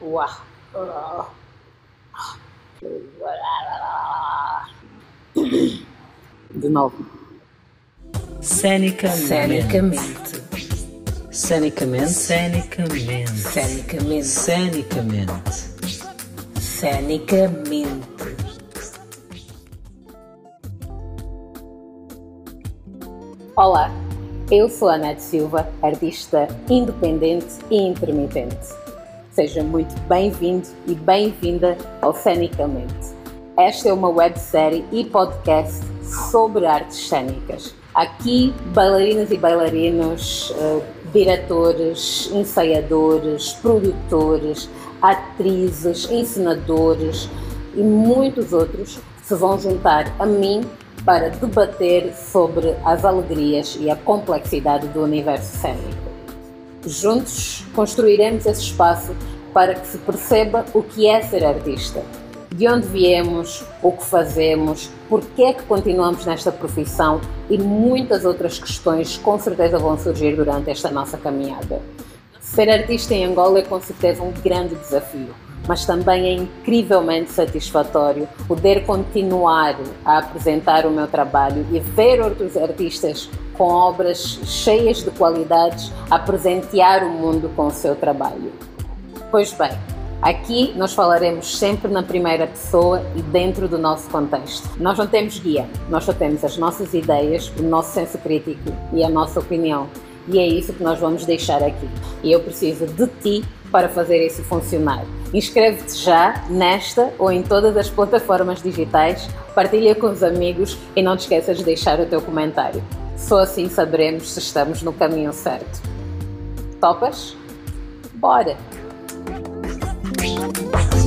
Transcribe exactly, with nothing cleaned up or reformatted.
Uau. De novo. Cenicamente. Cenicamente. Cenicamente. Cenicamente. Cenicamente. Cenicamente. Cenicamente. Olá, eu sou a Ana de Silva, artista independente e intermitente. Seja muito bem-vindo e bem-vinda ao Cenicamente. Esta é uma websérie e podcast sobre artes cênicas. Aqui, bailarinas e bailarinos, uh, diretores, ensaiadores, produtores, atrizes, encenadores e muitos outros se vão juntar a mim para debater sobre as alegrias e a complexidade do universo cênico. Juntos construiremos esse espaço para que se perceba o que é ser artista, de onde viemos, o que fazemos, por que é que continuamos nesta profissão e muitas outras questões com certeza vão surgir durante esta nossa caminhada. Ser artista em Angola é com certeza um grande desafio, mas também é incrivelmente satisfatório poder continuar a apresentar o meu trabalho e ver outros artistas com obras cheias de qualidades a presentear o mundo com o seu trabalho. Pois bem, aqui nós falaremos sempre na primeira pessoa e dentro do nosso contexto. Nós não temos guia, nós só temos as nossas ideias, o nosso senso crítico e a nossa opinião. E é isso que nós vamos deixar aqui. E eu preciso de ti para fazer isso funcionar. Inscreve-te já nesta ou em todas as plataformas digitais, partilha com os amigos e não te esqueças de deixar o teu comentário. Só assim saberemos se estamos no caminho certo. Topas? Bora!